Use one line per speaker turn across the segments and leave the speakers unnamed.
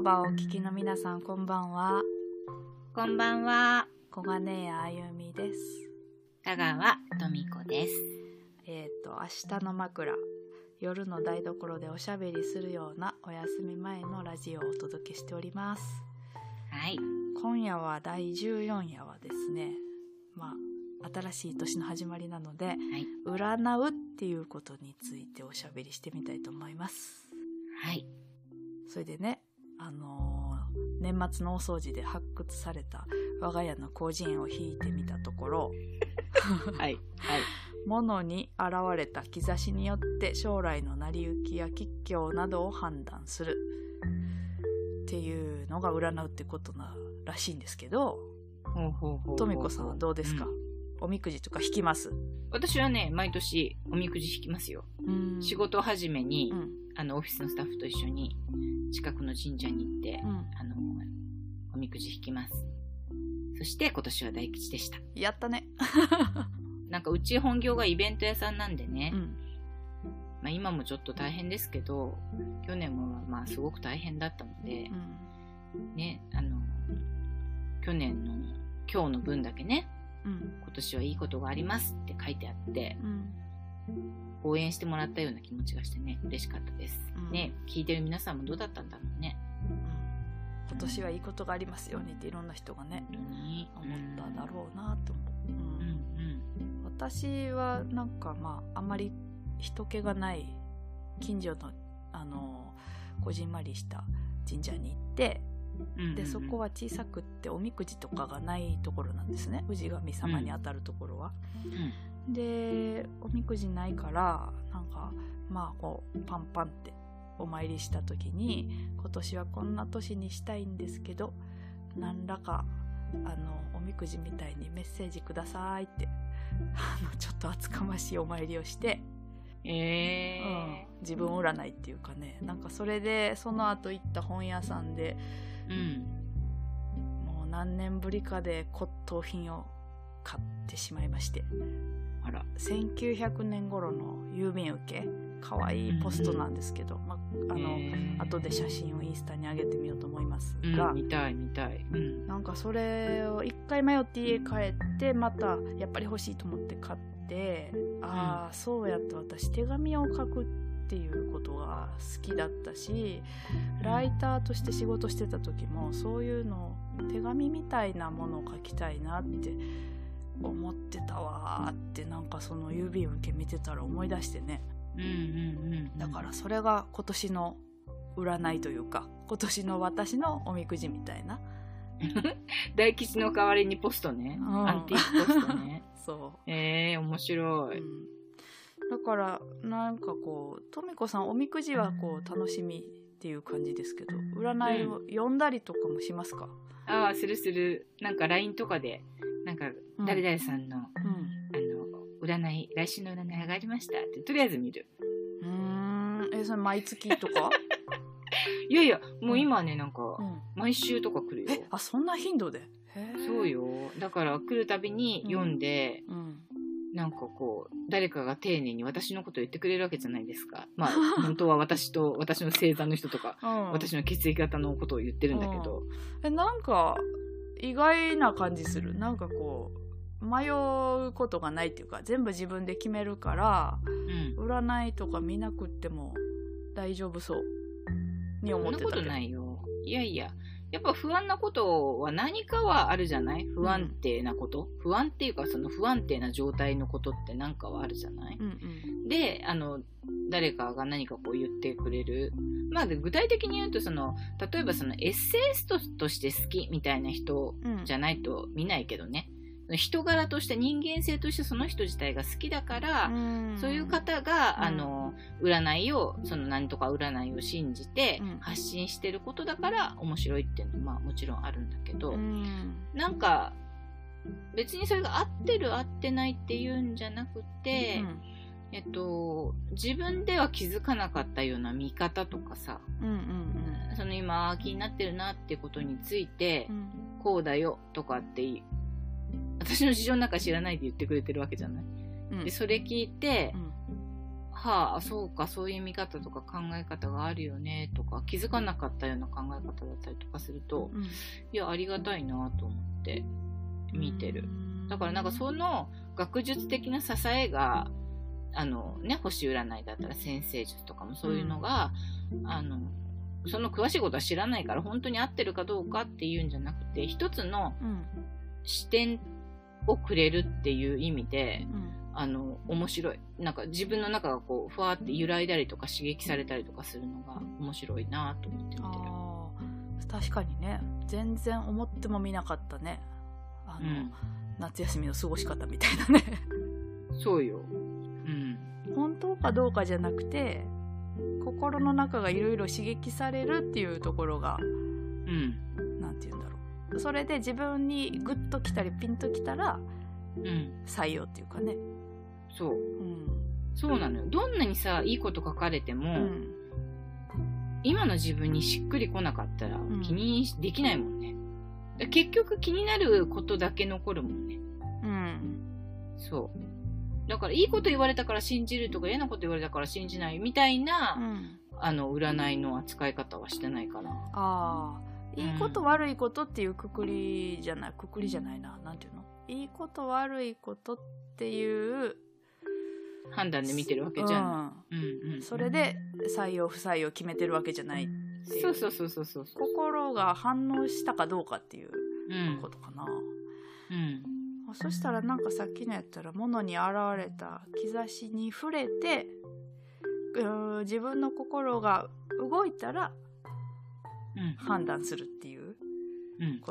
葉をお聞きの皆さん、こんばんは。
こんばんは。
小金谷あゆみです。
香川富子です。
明日の枕、夜の台所でおしゃべりするようなお休み前のラジオをお届けしております。
はい。
今夜は第14夜はですね、新しい年の始まりなので、はい、占うっていうことについておしゃべりしてみたいと思います。
はい。
それでね、年末の大掃除で発掘された我が家の広辞苑を引いてみたところ
はい。
物に現れた兆しによって将来の成り行きや吉凶などを判断するっていうのが占うってことならしいんですけど、とみこさんはどうですか？おみくじとか引きます？
私はね、毎年おみくじ引きますよ。仕事始めに、オフィスのスタッフと一緒に近くの神社に行って、おみくじ引きます。そして今年は大吉でした。
やったね。
なんかうち本業がイベント屋さんなんでね、今もちょっと大変ですけど、去年もすごく大変だったので、ね、去年の今日の分だけね、今年はいいことがありますって書いてあって、応援してもらったような気持ちがしてね、嬉しかったです、ね。聞いてる皆さんもどうだったんだろうね。
今年はいいことがありますようにっていろんな人がね、思っただろうなと思う。私はなんかあんまり人気がない近所のこじんまりした神社に行って、でそこは小さくっておみくじとかがないところなんですね。氏神様に当たるところは、でおみくじないからなんかこうパンパンってお参りした時に、今年はこんな年にしたいんですけど何らかおみくじみたいにメッセージくださいってちょっと厚かましいお参りをして、自分占いっていうかね、なんかそれでその後行った本屋さんで、もう何年ぶりかで骨董品を買ってしまいまして、1900年頃の郵便受け、かわいいポストなんですけど、後で写真をインスタに上げてみようと思いますが、
見たい、
なんかそれを一回迷って家帰ってまたやっぱり欲しいと思って買って、そうやって私手紙を書くっていうことが好きだったし、ライターとして仕事してた時もそういうの手紙みたいなものを書きたいなって思ってたわって、なんかその郵便受け見てたら思い出してね、だからそれが今年の占いというか、今年の私のおみくじみたいな。
大吉の代わりにポストね、アンティークポストね。
そう
面白い、
だからなんかこう、とみこさんおみくじはこう楽しみっていう感じですけど、占いを読んだりとかもしますか？
する。なんか LINE とかでなんか誰々さんの、占い、来週の占い上がりましたってとりあえず見る。
それ毎月とか？
いやもう今ね、なんか毎週とか来るよ。
そんな頻度で？
そうよ。だから来るたびに読んで、なんかこう誰かが丁寧に私のことを言ってくれるわけじゃないですか。本当は私と私の星座の人とか、私の血液型のことを言ってるんだけど、
なんか意外な感じする。なんかこう迷うことがないっていうか、全部自分で決めるから、占いとか見なくっても大丈夫そうに思ってたけど。
そんなことないよ。いややっぱ不安なことは何かはあるじゃない？不安定なこと、不安っていうかその不安定な状態のことって何かはあるじゃない？で、誰かが何かこう言ってくれる。具体的に言うと、例えばそのエッセイストとして好きみたいな人じゃないと見ないけどね、人柄として人間性としてその人自体が好きだから、そういう方が、占いを何とか占いを信じて発信してることだから面白いっていうのはもちろんあるんだけど、なんか別にそれが合ってる合ってないっていうんじゃなくて、自分では気づかなかったような見方とかさ、今気になってるなってことについて、こうだよとかって私の事情なんか知らないで言ってくれてるわけじゃない、でそれ聞いて、 はあ、そうか、そういう見方とか考え方があるよねとか、気づかなかったような考え方だったりとかすると、いや、ありがたいなと思って見てる。だからなんかその学術的な支えが、星占いだったら先生術とかもそういうのが、その詳しいことは知らないから本当に合ってるかどうかっていうんじゃなくて、一つの視点をくれるっていう意味で、面白い。なんか自分の中がこう、ふわーって揺らいだりとか刺激されたりとかするのが面白いなと思って見てる。
確かにね、全然思ってもみなかったね。夏休みの過ごし方みたいなね。
そうよ。
本当かどうかじゃなくて、心の中がいろいろ刺激されるっていうところが、なんて言うんだろう。それで自分にグッときたりピンときたら、採用っていうかね。
そう。そうなのよ。どんなにさ、いいこと書かれても、今の自分にしっくりこなかったら気にできないもんね。結局気になることだけ残るもんね。そう。だからいいこと言われたから信じるとか嫌なこと言われたから信じないみたいな、占いの扱い方はしてないから。
いいこと悪いことっていうくくりじゃないな。なんていうの？いいこと悪いことっていう
判断で見てるわけじゃん。
それで採用不採用決めてるわけじゃないっていう。
そう。
心が反応したかどうかっていうことかな。そしたらなんかさっきのやったら物に現れた兆しに触れて、自分の心が動いたら判断するっていうこと、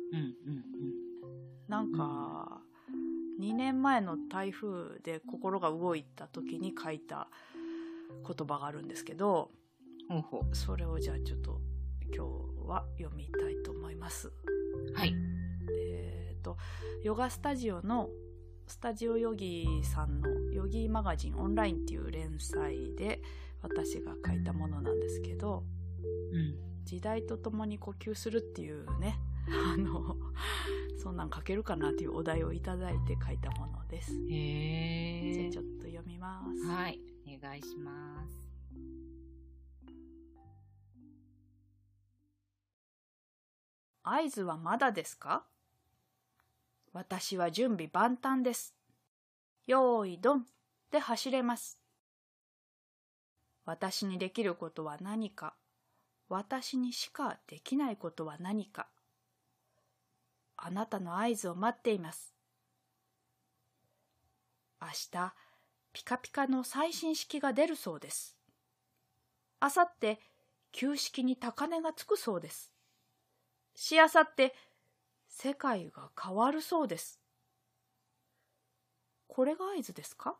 なんか2年前の台風で心が動いた時に書いた言葉があるんですけど、それをじゃあちょっと今日は読みたいと思います。
はい。
ヨガスタジオのスタジオヨギさんのヨギマガジンオンラインっていう連載で私が書いたものなんですけど、時代とともに呼吸するっていうね、そんなん書けるかなっていうお題をいただいて書いたものです。じゃあちょっと読みます。
はい、お願いします。
合図はまだですか？私は準備万端です。用意ドンで走れます。私にできることは何か、私にしかできないことは何か。あなたの合図を待っています。明日、ピカピカの最新式が出るそうです。あさって、旧式に高値がつくそうです。しあさって、世界が変わるそうです。これが合図ですか？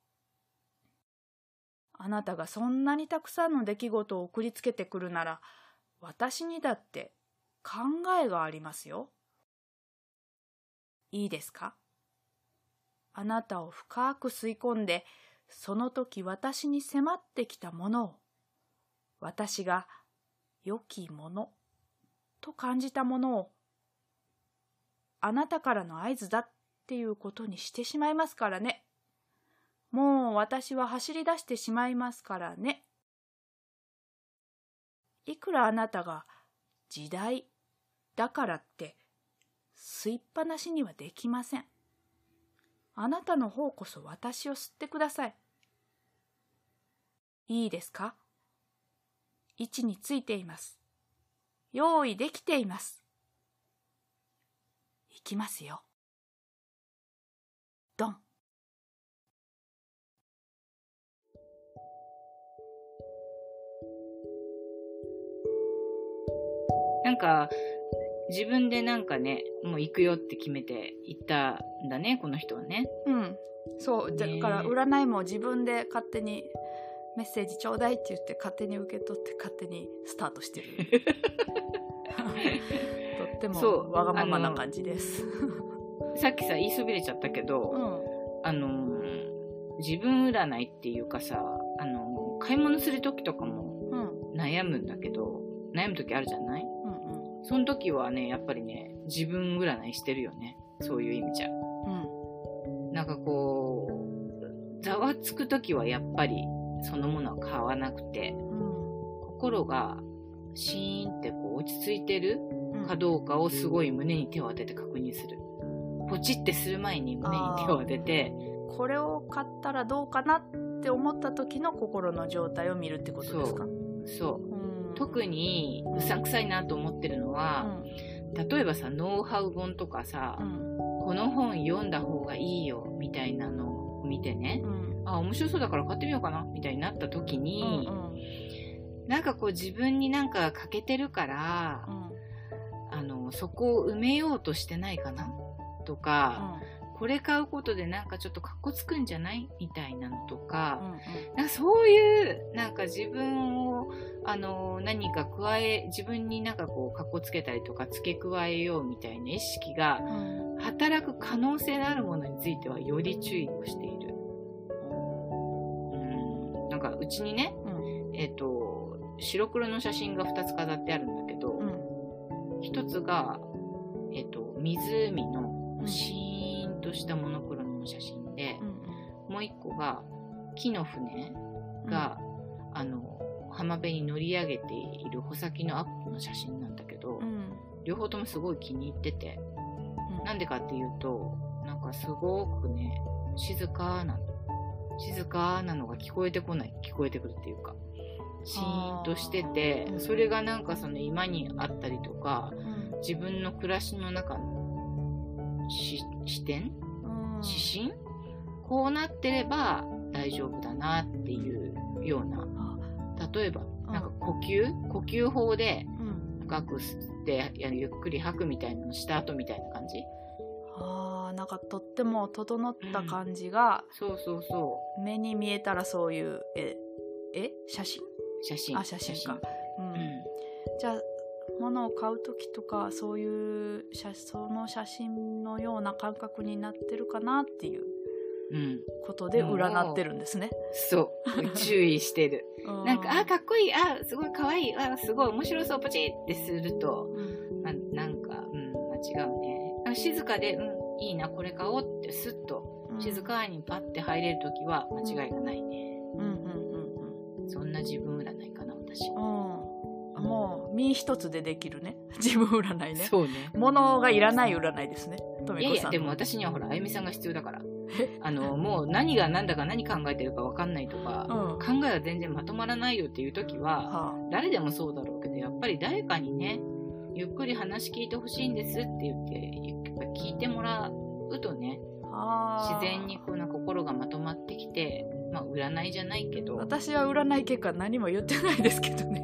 あなたがそんなにたくさんの出来事を送りつけてくるなら、私にだって考えがありますよ。いいですか？あなたを深く吸い込んで、その時私に迫ってきたものを、私が良きものと感じたものを、あなたからの合図だっていうことにしてしまいますからね。もう私は走り出してしまいますからね。いくらあなたが時代だからって吸いっぱなしにはできません。あなたの方こそ私を吸ってください。いいですか？位置についています。用意できています。いきますよ。ドン。
なんか自分でなんかね、もう行くよって決めて行ったんだね、この人はね。
そう、だから占いも自分で勝手にメッセージちょうだいって言って勝手に受け取って勝手にスタートしてる。とってもわがままな感じです。
さっきさ言いそびれちゃったけど、自分占いっていうかさ、買い物する時とかも悩むんだけど、悩む時あるじゃない？その時はね、やっぱりね、自分占いしてるよね。そういう意味じゃ。なんかこう、 ざわつくときはやっぱりそのものは買わなくて、心がシーンってこう落ち着いてるかどうかをすごい胸に手を当てて確認する。ポチってする前に胸に手を当てて、
これを買ったらどうかなって思った時の心の状態を見るってことですか？
そう、特にうさんくさいなと思ってるのは、例えばさ、ノウハウ本とかさ、この本読んだ方がいいよみたいなのを見てね、面白そうだから買ってみようかなみたいになった時に、なんかこう自分になんか欠けてるから、そこを埋めようとしてないかなとか、これ買うことでなんかちょっとカッコつくんじゃないみたいなのとか、なんかそういうなんか自分を何か自分になんかこうカッコつけたりとか付け加えようみたいな意識が働く可能性のあるものについてはより注意をしている。なんかうちにね、白黒の写真が2つ飾ってあるんだけど、1つが、湖のシーンとしたモノクロの写真で、もう1個が木の船が、浜辺に乗り上げている穂先のアップの写真なんだけど、両方ともすごい気に入ってて、なんでかっていうと、なんかすごくね、静かなのが聞こえてくるっていうか、シーンとしてて、それがなんかその今にあったりとか、自分の暮らしの中の視点、指針、こうなってれば大丈夫だなっていうような、例えばなんか呼吸法で深く吸ってゆっくり吐くみたいなのした後みたいな感じ。
なんかとっても整った感じが、
そう
目に見えたらそういう写真か、じゃあ物を買う時とかそういうその写真のような感覚になってるかなっていうことで占ってるんですね。
そう注意してるなんかかっこいい、すごいかわいい、すごい面白そう、ポチってすると、なんか間違うね。静かでいいな、これ買おうってスッと静かにパッて入れるときは間違いがないね。そんな自分占いかな、私。
もう身一つでできるね、自分占いね。
そうね。
物がいらない占いですね、とみこさん。
でも私にはほら、あゆみさんが必要だから。もう何が何だか何考えてるか分かんないとか、考えが全然まとまらないよっていうときは、誰でもそうだろうけど、やっぱり誰かにね、ゆっくり話聞いてほしいんですって言って聞いてもらうとね、自然にこの心がまとまってきて、占いじゃないけど、
私は占い結果何も言ってないですけどね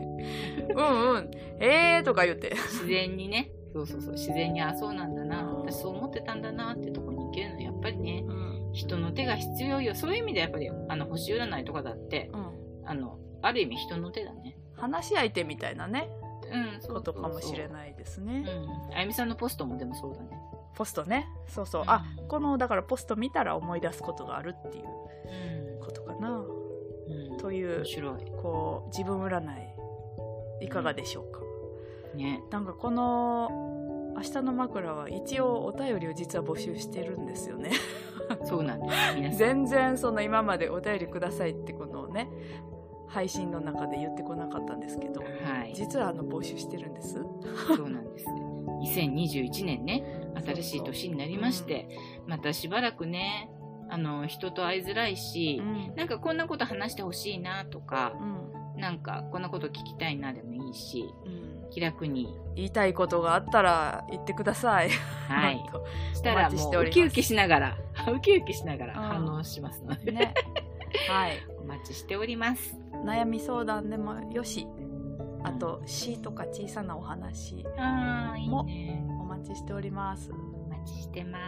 とか言って
自然にね、自然にそうなんだな、私そう思ってたんだなってとこに行けるのはやっぱりね、人の手が必要よ。そういう意味でやっぱり星占いとかだって、ある意味人の手だね。
話し相手みたいなね、ことかもしれないですね。
あゆみさんのポストもでもそうだね。
ポストね、このだからポスト見たら思い出すことがあるっていうことかな、というこう自分占いいかがでしょうか、なんかこの明日の枕は一応お便りを実は募集してるんですよね
そうなんです、皆さん。
全然その今までお便りくださいってこのね配信の中で言ってこなかったんですけど、実は募集してるんです。
そうなんです。2021年ね、新しい年になりまして、またしばらくね、人と会いづらいし、なんかこんなこと話してほしいなとか、なんかこんなこと聞きたいなでもいいし、気楽に
言いたいことがあったら言ってください。
はい。したらもうウキウキしながら反応しますので、ね、お待ちしております。
悩み相談でもよし、あと詩とか小さなお話もお待ちしております。
お待ちしてます。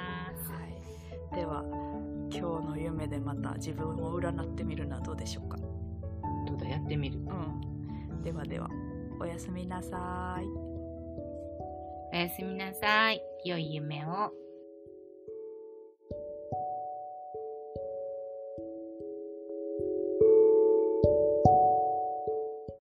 では今日の夢でまた自分を占ってみるのはどうでしょうか。
どうだ、やってみる。
ではでは、おやすみなさい。
おやすみなさい。良い夢を。